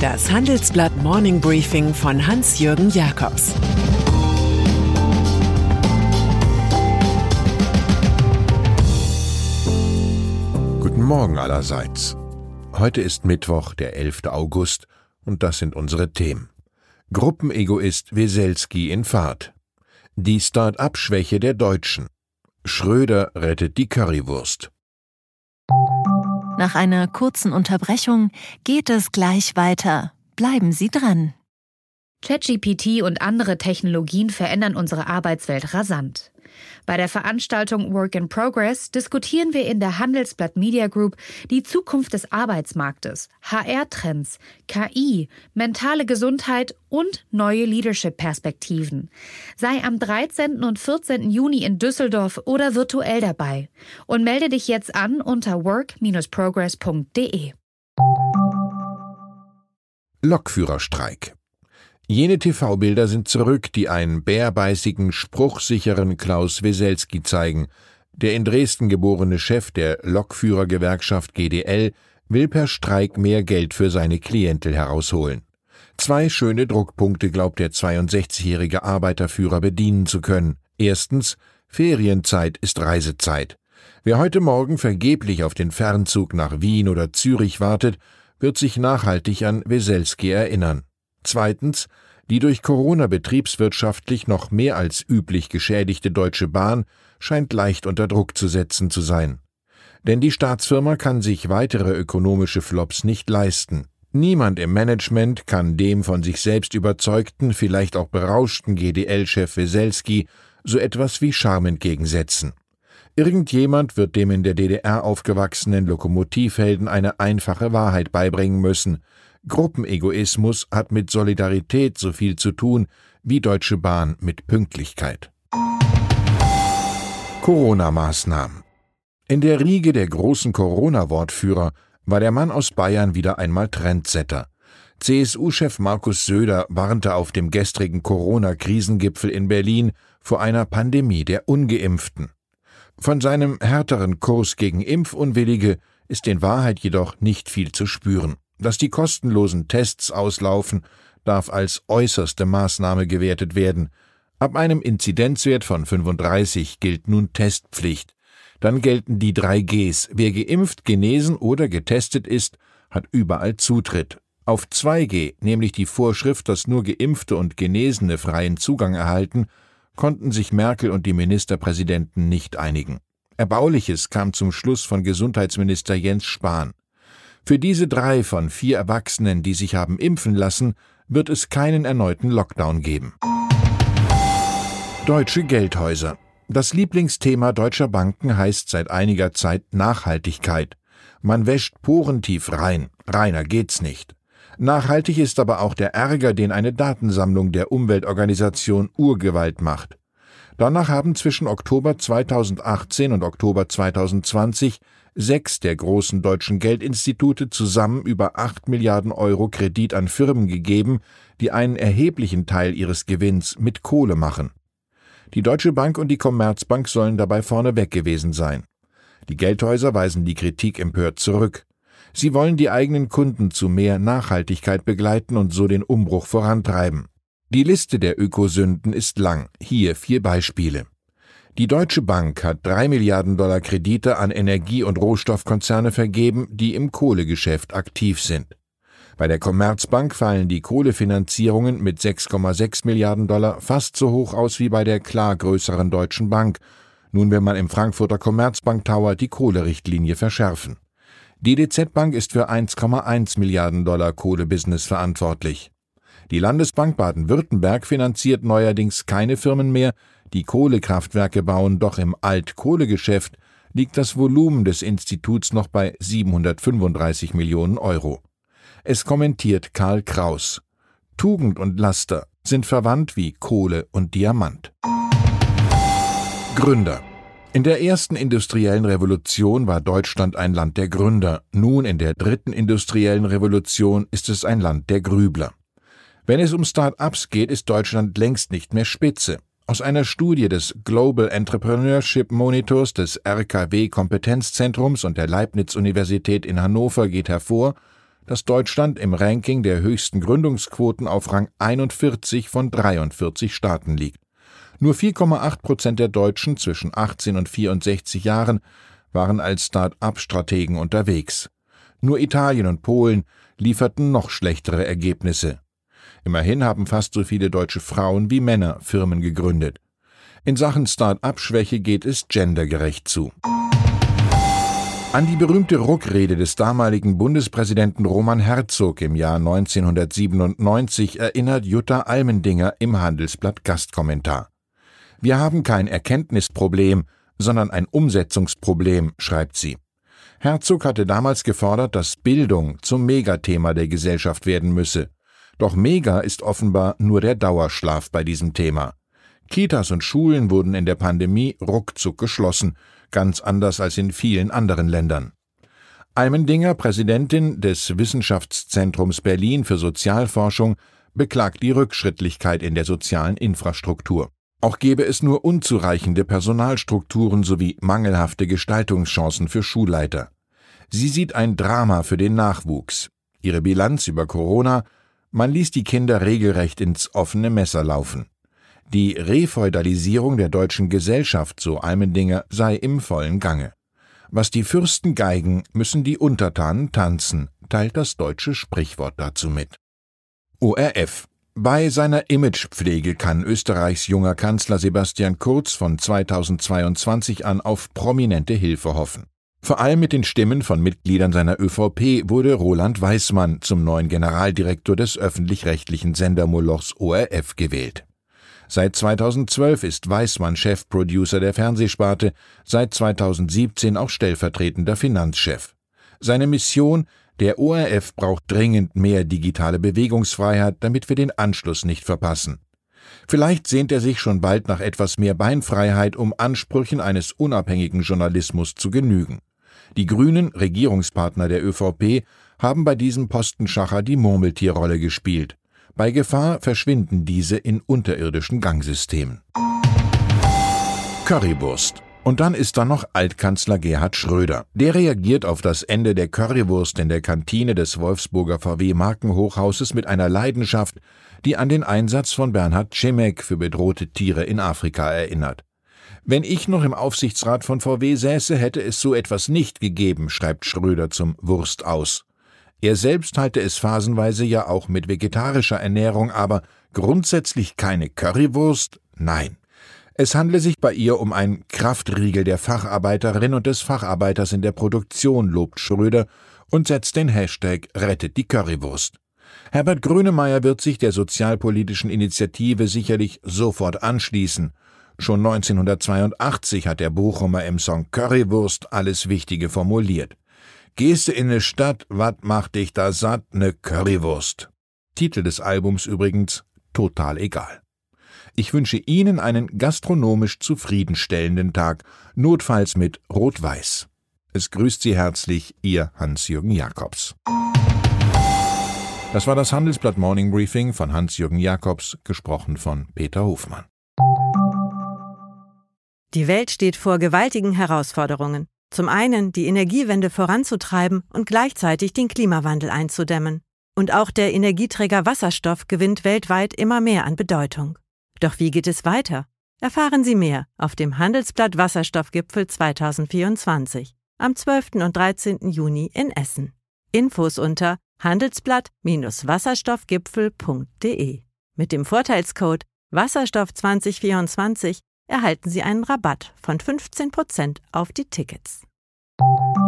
Das Handelsblatt Morning Briefing von Hans-Jürgen Jakobs. Guten Morgen allerseits. Heute ist Mittwoch, der 11. August, und das sind unsere Themen. Gruppenegoist Weselski in Fahrt. Die Start-up-Schwäche der Deutschen. Schröder rettet die Currywurst. Nach einer kurzen Unterbrechung geht es gleich weiter. Bleiben Sie dran. ChatGPT und andere Technologien verändern unsere Arbeitswelt rasant. Bei der Veranstaltung Work in Progress diskutieren wir in der Handelsblatt Media Group die Zukunft des Arbeitsmarktes, HR-Trends, KI, mentale Gesundheit und neue Leadership-Perspektiven. Sei am 13. und 14. Juni in Düsseldorf oder virtuell dabei und melde dich jetzt an unter work-progress.de. Lokführerstreik. Jene TV-Bilder sind zurück, die einen bärbeißigen, spruchsicheren Klaus Weselski zeigen. Der in Dresden geborene Chef der Lokführergewerkschaft GDL will per Streik mehr Geld für seine Klientel herausholen. 2 schöne Druckpunkte glaubt der 62-jährige Arbeiterführer bedienen zu können. Erstens, Ferienzeit ist Reisezeit. Wer heute Morgen vergeblich auf den Fernzug nach Wien oder Zürich wartet, wird sich nachhaltig an Weselski erinnern. Zweitens, die durch Corona betriebswirtschaftlich noch mehr als üblich geschädigte Deutsche Bahn scheint leicht unter Druck zu setzen zu sein. Denn die Staatsfirma kann sich weitere ökonomische Flops nicht leisten. Niemand im Management kann dem von sich selbst überzeugten, vielleicht auch berauschten GDL-Chef Weselski so etwas wie Charme entgegensetzen. Irgendjemand wird dem in der DDR aufgewachsenen Lokomotivhelden eine einfache Wahrheit beibringen müssen. Gruppenegoismus hat mit Solidarität so viel zu tun wie Deutsche Bahn mit Pünktlichkeit. Corona-Maßnahmen. In der Riege der großen Corona-Wortführer war der Mann aus Bayern wieder einmal Trendsetter. CSU-Chef Markus Söder warnte auf dem gestrigen Corona-Krisengipfel in Berlin vor einer Pandemie der Ungeimpften. Von seinem härteren Kurs gegen Impfunwillige ist in Wahrheit jedoch nicht viel zu spüren. Dass die kostenlosen Tests auslaufen, darf als äußerste Maßnahme gewertet werden. Ab einem Inzidenzwert von 35 gilt nun Testpflicht. Dann gelten die 3 Gs. Wer geimpft, genesen oder getestet ist, hat überall Zutritt. Auf 2G, nämlich die Vorschrift, dass nur Geimpfte und Genesene freien Zugang erhalten, konnten sich Merkel und die Ministerpräsidenten nicht einigen. Erbauliches kam zum Schluss von Gesundheitsminister Jens Spahn. Für diese 3 von 4 Erwachsenen, die sich haben impfen lassen, wird es keinen erneuten Lockdown geben. Deutsche Geldhäuser. Das Lieblingsthema deutscher Banken heißt seit einiger Zeit Nachhaltigkeit. Man wäscht porentief rein. Reiner geht's nicht. Nachhaltig ist aber auch der Ärger, den eine Datensammlung der Umweltorganisation Urgewalt macht. Danach haben zwischen Oktober 2018 und Oktober 2020 6 der großen deutschen Geldinstitute zusammen über 8 Milliarden Euro Kredit an Firmen gegeben, die einen erheblichen Teil ihres Gewinns mit Kohle machen. Die Deutsche Bank und die Commerzbank sollen dabei vorneweg gewesen sein. Die Geldhäuser weisen die Kritik empört zurück. Sie wollen die eigenen Kunden zu mehr Nachhaltigkeit begleiten und so den Umbruch vorantreiben. Die Liste der Ökosünden ist lang. Hier 4 Beispiele. Die Deutsche Bank hat 3 Milliarden $ Kredite an Energie- und Rohstoffkonzerne vergeben, die im Kohlegeschäft aktiv sind. Bei der Commerzbank fallen die Kohlefinanzierungen mit 6,6 Milliarden $ fast so hoch aus wie bei der klar größeren Deutschen Bank. Nun will man im Frankfurter Commerzbank Tower die Kohlerichtlinie verschärfen. Die DZ Bank ist für 1,1 Milliarden $ Kohlebusiness verantwortlich. Die Landesbank Baden-Württemberg finanziert neuerdings keine Firmen mehr, die Kohlekraftwerke bauen, doch im Altkohlegeschäft liegt das Volumen des Instituts noch bei 735 Millionen Euro. Es kommentiert Karl Kraus: Tugend und Laster sind verwandt wie Kohle und Diamant. Gründer. In der ersten industriellen Revolution war Deutschland ein Land der Gründer. Nun in der dritten industriellen Revolution ist es ein Land der Grübler. Wenn es um Start-ups geht, ist Deutschland längst nicht mehr Spitze. Aus einer Studie des Global Entrepreneurship Monitors des RKW Kompetenzzentrums und der Leibniz-Universität in Hannover geht hervor, dass Deutschland im Ranking der höchsten Gründungsquoten auf Rang 41 von 43 Staaten liegt. Nur 4,8% der Deutschen zwischen 18 und 64 Jahren waren als Start-up-Strategen unterwegs. Nur Italien und Polen lieferten noch schlechtere Ergebnisse. Immerhin haben fast so viele deutsche Frauen wie Männer Firmen gegründet. In Sachen Start-up-Schwäche geht es gendergerecht zu. An die berühmte Ruck-Rede des damaligen Bundespräsidenten Roman Herzog im Jahr 1997 erinnert Jutta Almendinger im Handelsblatt Gastkommentar. Wir haben kein Erkenntnisproblem, sondern ein Umsetzungsproblem, schreibt sie. Herzog hatte damals gefordert, dass Bildung zum Megathema der Gesellschaft werden müsse. Doch Mega ist offenbar nur der Dauerschlaf bei diesem Thema. Kitas und Schulen wurden in der Pandemie ruckzuck geschlossen, ganz anders als in vielen anderen Ländern. Almendinger, Präsidentin des Wissenschaftszentrums Berlin für Sozialforschung, beklagt die Rückschrittlichkeit in der sozialen Infrastruktur. Auch gebe es nur unzureichende Personalstrukturen sowie mangelhafte Gestaltungschancen für Schulleiter. Sie sieht ein Drama für den Nachwuchs. Ihre Bilanz über Corona: Man ließ die Kinder regelrecht ins offene Messer laufen. Die Refeudalisierung der deutschen Gesellschaft, so Almendinger, sei im vollen Gange. Was die Fürsten geigen, müssen die Untertanen tanzen, teilt das deutsche Sprichwort dazu mit. ORF: Bei seiner Imagepflege kann Österreichs junger Kanzler Sebastian Kurz von 2022 an auf prominente Hilfe hoffen. Vor allem mit den Stimmen von Mitgliedern seiner ÖVP wurde Roland Weismann zum neuen Generaldirektor des öffentlich-rechtlichen Sendermolochs ORF gewählt. Seit 2012 ist Weismann Chefproducer der Fernsehsparte, seit 2017 auch stellvertretender Finanzchef. Seine Mission: Der ORF braucht dringend mehr digitale Bewegungsfreiheit, damit wir den Anschluss nicht verpassen. Vielleicht sehnt er sich schon bald nach etwas mehr Beinfreiheit, um Ansprüchen eines unabhängigen Journalismus zu genügen. Die Grünen, Regierungspartner der ÖVP, haben bei diesem Postenschacher die Murmeltierrolle gespielt. Bei Gefahr verschwinden diese in unterirdischen Gangsystemen. Currywurst. Und dann ist da noch Altkanzler Gerhard Schröder. Der reagiert auf das Ende der Currywurst in der Kantine des Wolfsburger VW-Markenhochhauses mit einer Leidenschaft, die an den Einsatz von Bernhard Czemek für bedrohte Tiere in Afrika erinnert. Wenn ich noch im Aufsichtsrat von VW säße, hätte es so etwas nicht gegeben, schreibt Schröder zum Wurst aus. Er selbst halte es phasenweise ja auch mit vegetarischer Ernährung, aber grundsätzlich keine Currywurst? Nein. Es handle sich bei ihr um einen Kraftriegel der Facharbeiterin und des Facharbeiters in der Produktion, lobt Schröder und setzt den Hashtag »Rettet die Currywurst«. Herbert Grönemeyer wird sich der sozialpolitischen Initiative sicherlich sofort anschließen. Schon 1982 hat der Bochumer im Song »Currywurst« alles Wichtige formuliert. »Gehst du in ne Stadt, wat macht dich da satt? Ne Currywurst.« Titel des Albums übrigens total egal. Ich wünsche Ihnen einen gastronomisch zufriedenstellenden Tag, notfalls mit Rot-Weiß. Es grüßt Sie herzlich, Ihr Hans-Jürgen Jakobs. Das war das Handelsblatt Morning Briefing von Hans-Jürgen Jakobs, gesprochen von Peter Hofmann. Die Welt steht vor gewaltigen Herausforderungen. Zum einen die Energiewende voranzutreiben und gleichzeitig den Klimawandel einzudämmen. Und auch der Energieträger Wasserstoff gewinnt weltweit immer mehr an Bedeutung. Doch wie geht es weiter? Erfahren Sie mehr auf dem Handelsblatt Wasserstoffgipfel 2024 am 12. und 13. Juni in Essen. Infos unter handelsblatt-wasserstoffgipfel.de. Mit dem Vorteilscode Wasserstoff2024 erhalten Sie einen Rabatt von 15% auf die Tickets.